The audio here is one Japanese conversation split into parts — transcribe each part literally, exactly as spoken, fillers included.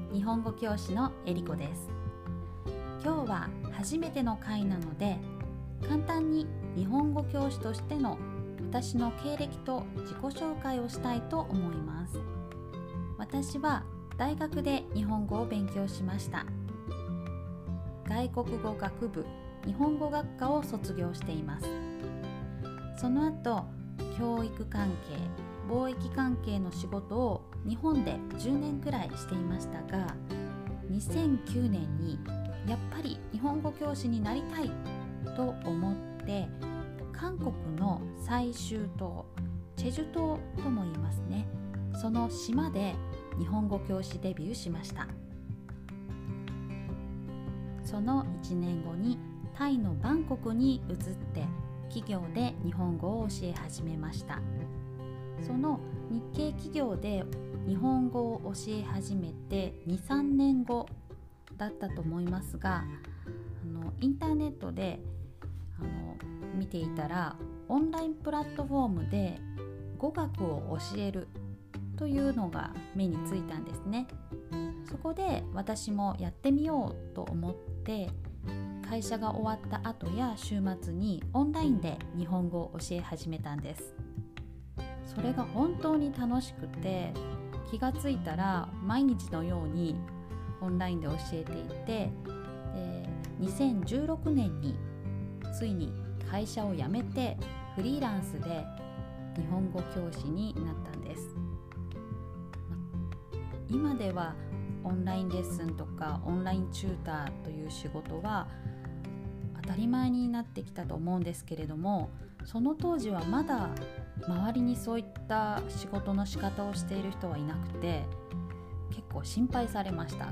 日本語教師のえりこです。今日は初めての回なので、簡単に日本語教師としての私の経歴と自己紹介をしたいと思います。私は大学で日本語を勉強しました。外国語学部日本語学科を卒業しています。その後、教育関係、貿易関係の仕事を日本でじゅうねんくらいしていましたが、にせんきゅうねんにやっぱり日本語教師になりたいと思って、韓国の済州島、チェジュ島とも言いますね、その島で日本語教師デビューしました。そのいちねんごにタイのバンコクに移って企業で日本語を教え始めました。その日系企業で日本語を教え始めて にさんねんごだったと思いますが、あのインターネットであの見ていたら、オンラインプラットフォームで語学を教えるというのが目についたんですね。そこで私もやってみようと思って、会社が終わった後や週末にオンラインで日本語を教え始めたんです。それが本当に楽しくて、気がついたら毎日のようにオンラインで教えていて、えー、にせんじゅうろくねんについに会社を辞めてフリーランスで日本語教師になったんです。今ではオンラインレッスンとかオンラインチューターという仕事は当たり前になってきたと思うんですけれども、その当時はまだ周りにそういった仕事の仕方をしている人はいなくて、結構心配されました。うん、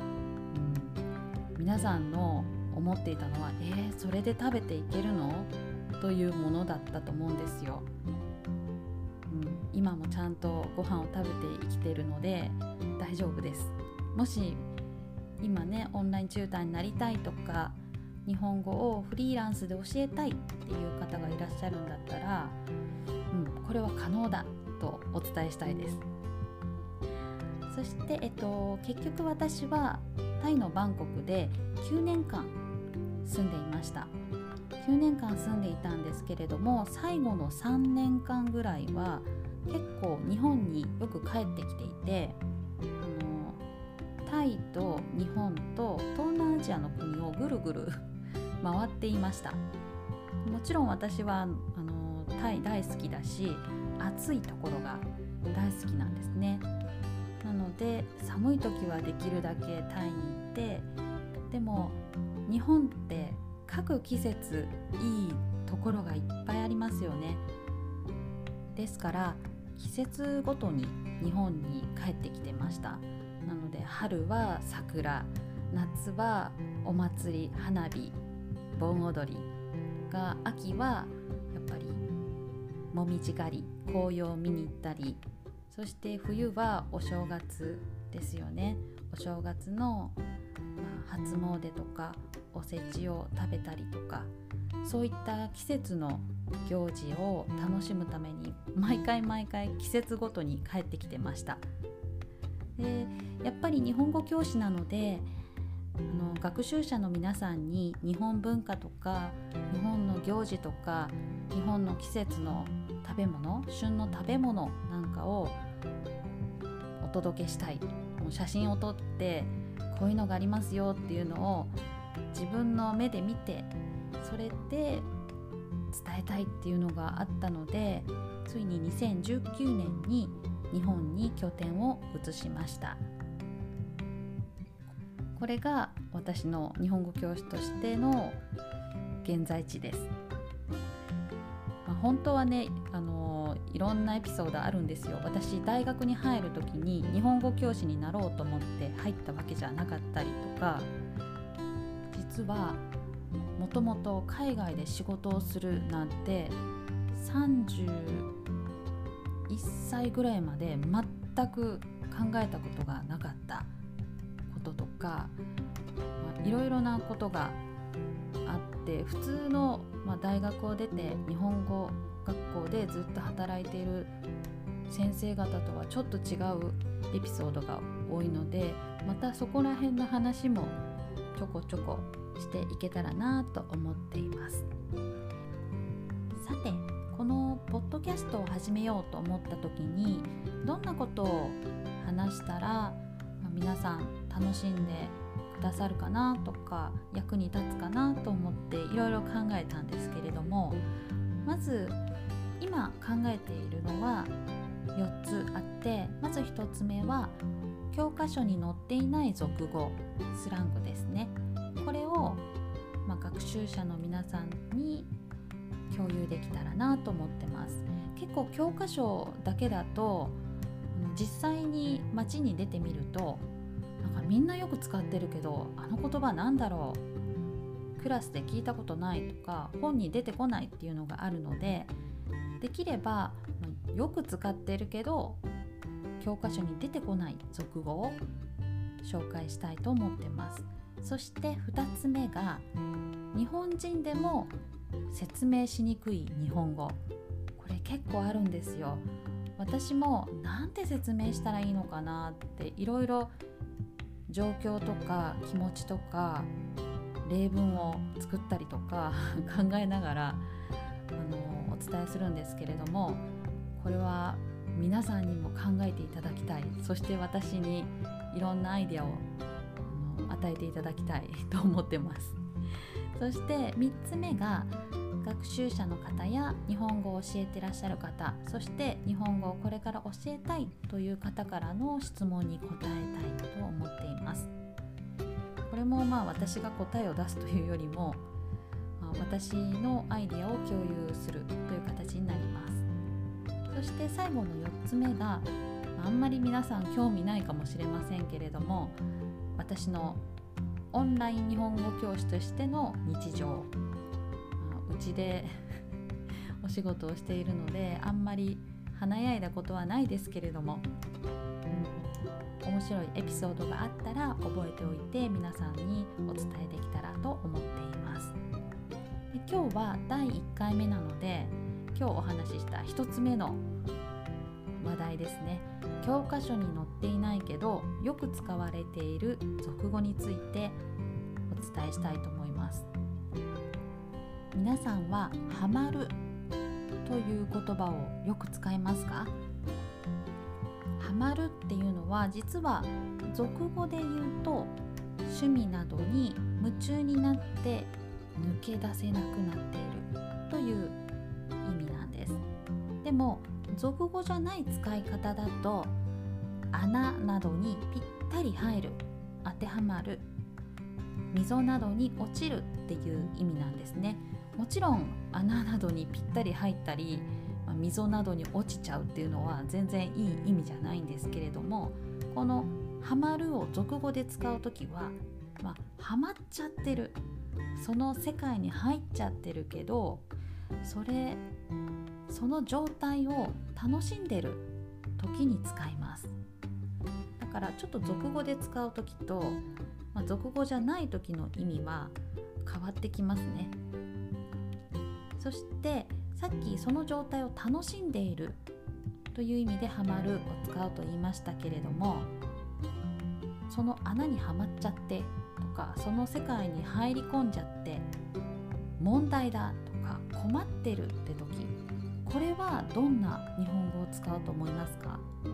皆さんの思っていたのは、えー、それで食べていけるのというものだったと思うんですよ。うん、今もちゃんとご飯を食べて生きているので大丈夫です。もし今ね、オンラインチューターになりたいとか、日本語をフリーランスで教えたいっていう方がいらっしゃるんだったら、うん、これは可能だとお伝えしたいです。そして、えっと、結局私はタイのバンコクできゅうねんかん住んでいました。きゅうねんかん住んでいたんですけれども、最後のさんねんかんぐらいは結構日本によく帰ってきていて、あのタイと日本と東南アジアの国をぐるぐる回っていました。もちろん私はあのタイ大好きだし、暑いところが大好きなんですね。なので寒い時はできるだけタイに行って、でも日本って各季節いいところがいっぱいありますよね。ですから季節ごとに日本に帰ってきてました。なので春は桜、夏はお祭り、花火、盆踊りが、秋はやっぱりもみじ狩り、紅葉を見に行ったり、そして冬はお正月ですよね。お正月の、まあ、初詣とかおせちを食べたりとか、そういった季節の行事を楽しむために毎回毎回季節ごとに帰ってきてました。で、やっぱり日本語教師なので、あの学習者の皆さんに日本文化とか日本の行事とか日本の季節の食べ物、旬の食べ物なんかをお届けしたい。もう写真を撮ってこういうのがありますよっていうのを自分の目で見て、それで伝えたいっていうのがあったので、ついににせんじゅうきゅうねんに日本に拠点を移しました。これが私の日本語教師としての現在地です。まあ、本当はね、あのいろんなエピソードあるんですよ。私大学に入る時に日本語教師になろうと思って入ったわけじゃなかったりとか、実はもともと海外で仕事をするなんてさんじゅういっさいぐらいまで全く考えたことがなかったこととか、まあ、いろいろなことがあって、普通の、まあ、大学を出て日本語学校でずっと働いている先生方とはちょっと違うエピソードが多いので、 またそこら辺の話もちょこちょこしていけたらなと思っています。さて、このポッドキャストを始めようと思った時にどんなことを話したら、まあ、皆さん楽しんでくださるかなとか役に立つかなと思っていろいろ考えたんですけれども、まず今考えているのはよっつあって、まずひとつめは教科書に載っていない俗語、スラングですね。これを、まあ、学習者の皆さんに共有できたらなと思ってます。結構教科書だけだと実際に街に出てみると、なんかみんなよく使ってるけどあの言葉なんだろう、クラスで聞いたことないとか本に出てこないっていうのがあるので、できればよく使ってるけど教科書に出てこない俗語を紹介したいと思ってます。そしてふたつめが日本人でも説明しにくい日本語。これ結構あるんですよ。私もなんて説明したらいいのかなっていろいろ状況とか気持ちとか例文を作ったりとか考えながらあのお伝えするんですけれども、これは皆さんにも考えていただきたい、そして私にいろんなアイデアをあの与えていただきたいと思ってます。そしてみっつめが学習者の方や日本語を教えてらっしゃる方、そして日本語をこれから教えたいという方からの質問に答えたいと思っています。これもまあ私が答えを出すというよりも、まあ、私のアイデアを共有するという形になります。そして最後のよっつめが、あんまり皆さん興味ないかもしれませんけれども、私のオンライン日本語教師としての日常、うちでお仕事をしているのであんまり華やいだことはないですけれども、うん、面白いエピソードがあったら覚えておいて皆さんにお伝えできたらと思っています。で、今日はだいいっかいめなので、今日お話ししたひとつめの話題ですね。教科書に載っていないけどよく使われている俗語についてお伝えしたいと思います。皆さんはハマるという言葉をよく使いますか？ハマるっていうのは実は俗語で言うと趣味などに夢中になって抜け出せなくなっているという意味なんです。でも俗語じゃない使い方だと穴などにぴったり入る、当てはまる、溝などに落ちるっていう意味なんですね。もちろん穴などにぴったり入ったり、まあ、溝などに落ちちゃうっていうのは全然いい意味じゃないんですけれども、このハマるを俗語で使うときは、まあ、ハマっちゃってる、その世界に入っちゃってるけど、それその状態を楽しんでる時に使います。だからちょっと俗語で使う時と、まあ、俗語じゃない時の意味は変わってきますね。そしてさっきその状態を楽しんでいるという意味でハマるを使うと言いましたけれども、その穴にはまっちゃってとか、その世界に入り込んじゃって問題だとか困ってるって時、これはどんな日本語を使うと思いますか？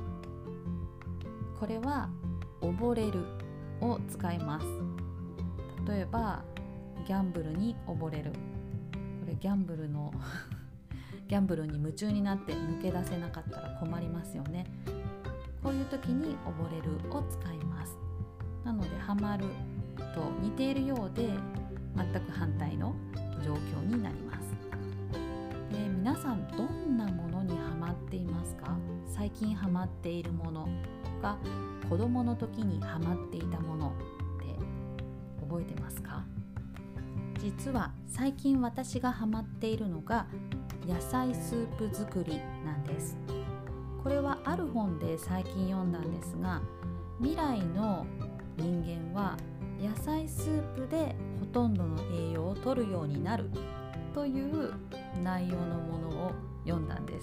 これは溺れるを使います。例えばギャンブルに溺れる、これギャンブルのギャンブルに夢中になって抜け出せなかったら困りますよね。こういう時に溺れるを使います。なのでハマると似ているようで全く反対の状況になります。で、皆さんどんなものにハマっていますか？最近ハマっているものとか、子供の時にハマっていたものって覚えてますか？実は最近私がハマっているのが野菜スープ作りなんです。これはある本で最近読んだんですが、未来の人間は野菜スープでほとんどの栄養を取るようになるという内容のものを読んだんです。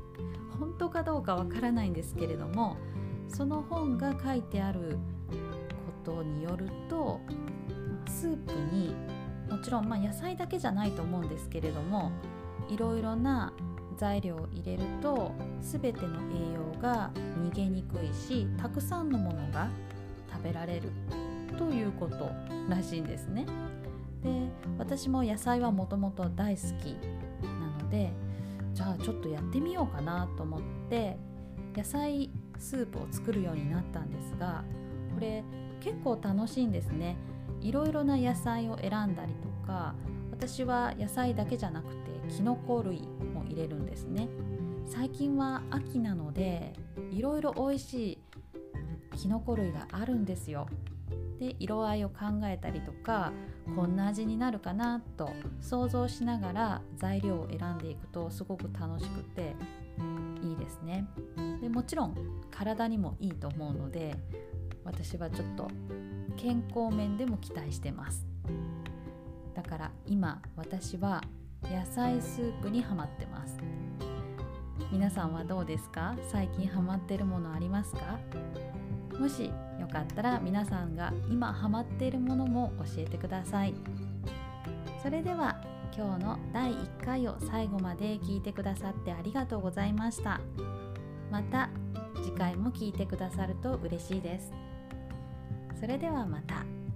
本当かどうかわからないんですけれども、その本が書いてあることによると、スープにもちろんまあ野菜だけじゃないと思うんですけれども、いろいろな材料を入れると全ての栄養が逃げにくいし、たくさんのものが食べられるということらしいんですね。で、私も野菜はもともと大好きなので、じゃあちょっとやってみようかなと思って野菜スープを作るようになったんですが、これ結構楽しいんですね。いろいろな野菜を選んだりとか、私は野菜だけじゃなくてキノコ類も入れるんですね。最近は秋なのでいろいろ美味しいキノコ類があるんですよ。で、色合いを考えたりとか、こんな味になるかなと想像しながら材料を選んでいくとすごく楽しくていいですね。で、もちろん体にもいいと思うので、私はちょっと健康面でも期待してます。だから今私は野菜スープにハマってます。皆さんはどうですか？最近ハマってるものありますか？もしよかったら皆さんが今ハマっているものも教えてください。それでは今日のだいいっかいを最後まで聞いてくださってありがとうございました。また次回も聞いてくださると嬉しいです。それではまた。